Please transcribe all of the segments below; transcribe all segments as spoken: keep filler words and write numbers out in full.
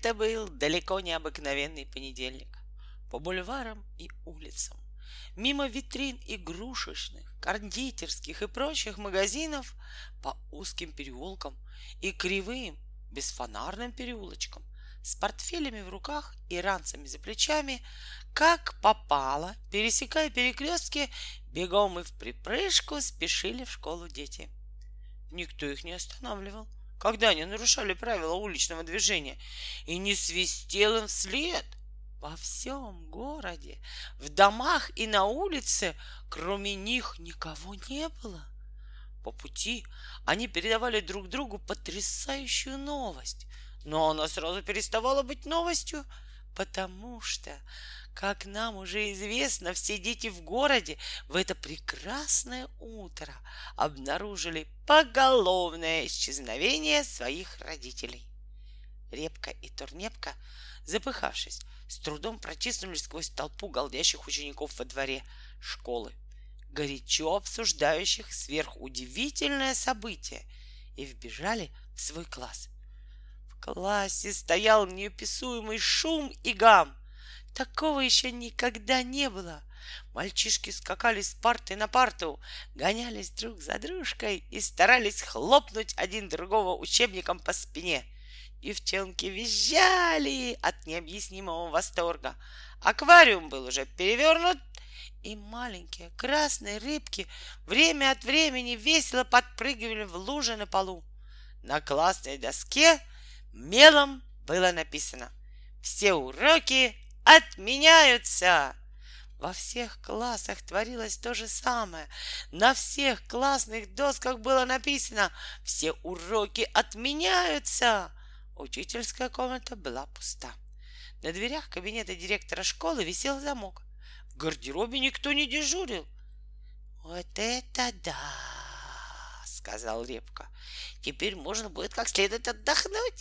Это был далеко не обыкновенный понедельник. По бульварам и улицам, мимо витрин игрушечных, кондитерских и прочих магазинов, по узким переулкам и кривым, бесфонарным переулочкам, с портфелями в руках и ранцами за плечами, как попало, пересекая перекрестки, бегом и в припрыжку спешили в школу дети. Никто их не останавливал, когда они нарушали правила уличного движения, и не свистел им вслед. Во всем городе, в домах и на улице, кроме них, никого не было. По пути они передавали друг другу потрясающую новость, но она сразу переставала быть новостью, потому что, как нам уже известно, все дети в городе в это прекрасное утро обнаружили поголовное исчезновение своих родителей. Репка и Турнепка, запыхавшись, с трудом протиснулись сквозь толпу голдящих учеников во дворе школы, горячо обсуждающих сверхудивительное событие, и вбежали в свой класс. В классе стоял неописуемый шум и гам. Такого еще никогда не было. Мальчишки скакали с парты на парту, гонялись друг за дружкой и старались хлопнуть один другого учебником по спине. Девчонки визжали от необъяснимого восторга. Аквариум был уже перевернут, и маленькие красные рыбки время от времени весело подпрыгивали в луже на полу. На классной доске мелом было написано: «Все уроки отменяются!» Во всех классах творилось то же самое. На всех классных досках было написано: «Все уроки отменяются!» Учительская комната была пуста. На дверях кабинета директора школы висел замок. В гардеробе никто не дежурил. «Вот это да!» — сказал Репка. «Теперь можно будет как следует отдохнуть».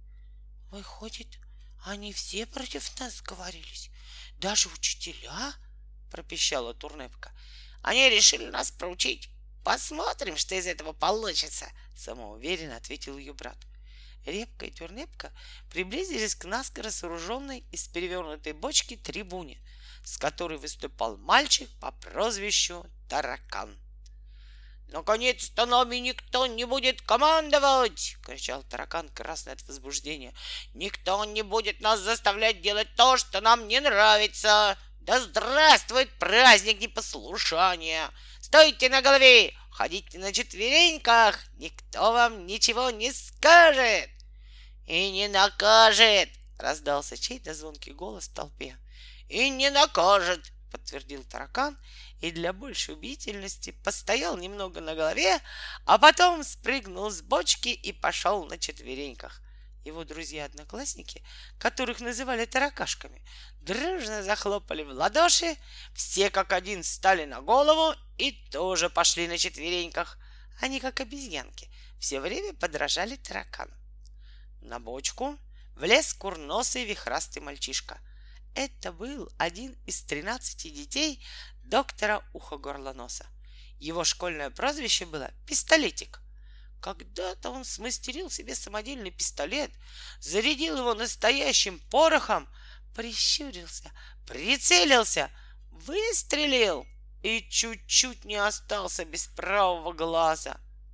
«Выходит, они все против нас сговорились, даже учителя?» — пропищала Турнепка. «Они решили нас проучить. Посмотрим, что из этого получится», — самоуверенно ответил ее брат. Репка и Турнепка приблизились к наскоро сооруженной из перевернутой бочки трибуне, с которой выступал мальчик по прозвищу Таракан. «Наконец-то нами никто не будет командовать!» — кричал Таракан, красный от возбуждения. «Никто не будет нас заставлять делать то, что нам не нравится! Да здравствует праздник непослушания! Стойте на голове! Ходите на четвереньках! Никто вам ничего не скажет!» «И не накажет!» — раздался чей-то звонкий голос в толпе. «И не накажет!» — подтвердил Таракан, и для большей убедительности постоял немного на голове, а потом спрыгнул с бочки и пошел на четвереньках. Его друзья-одноклассники, которых называли таракашками, дружно захлопали в ладоши, все как один встали на голову и тоже пошли на четвереньках. Они, как обезьянки, все время подражали таракану. На бочку влез курносый вихрастый мальчишка. Это был один из тринадцати детей доктора Ухо-Горлоноса. Его школьное прозвище было «Пистолетик». Когда-то он смастерил себе самодельный пистолет, зарядил его настоящим порохом, прищурился, прицелился, выстрелил и чуть-чуть не остался без правого глаза.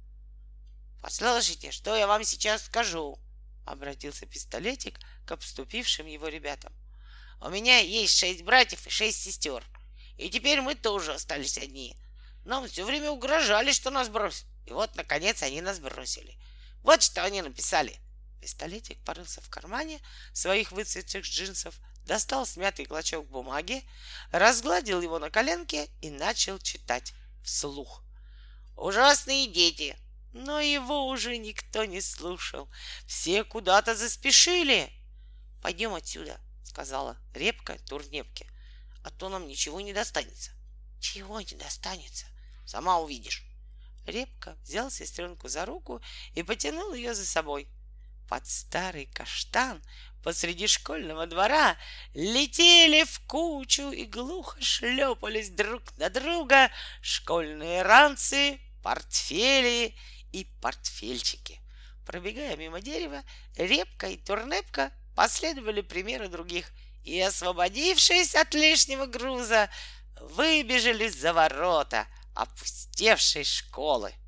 «Послушайте, что я вам сейчас скажу», — обратился Пистолетик к обступившим его ребятам. «У меня есть шесть братьев и шесть сестер, и теперь мы тоже остались одни. Нам все время угрожали, что нас бросят, и вот, наконец, они нас бросили. Вот что они написали». Пистолетик порылся в кармане своих выцветших джинсов, достал смятый клочок бумаги, разгладил его на коленке и начал читать вслух. «Ужасные дети!» Но его уже никто не слушал. Все куда-то заспешили. «Пойдем отсюда», — сказала Репка Турнепке, «а то нам ничего не достанется». «Чего не достанется?» «Сама увидишь». Репка взял сестренку за руку и потянул ее за собой. Под старый каштан посреди школьного двора летели в кучу и глухо шлепались друг на друга школьные ранцы, портфели и портфельчики. Пробегая мимо дерева, Репка и Турнепка последовали примеру других и, освободившись от лишнего груза, выбежали за ворота опустевшей школы.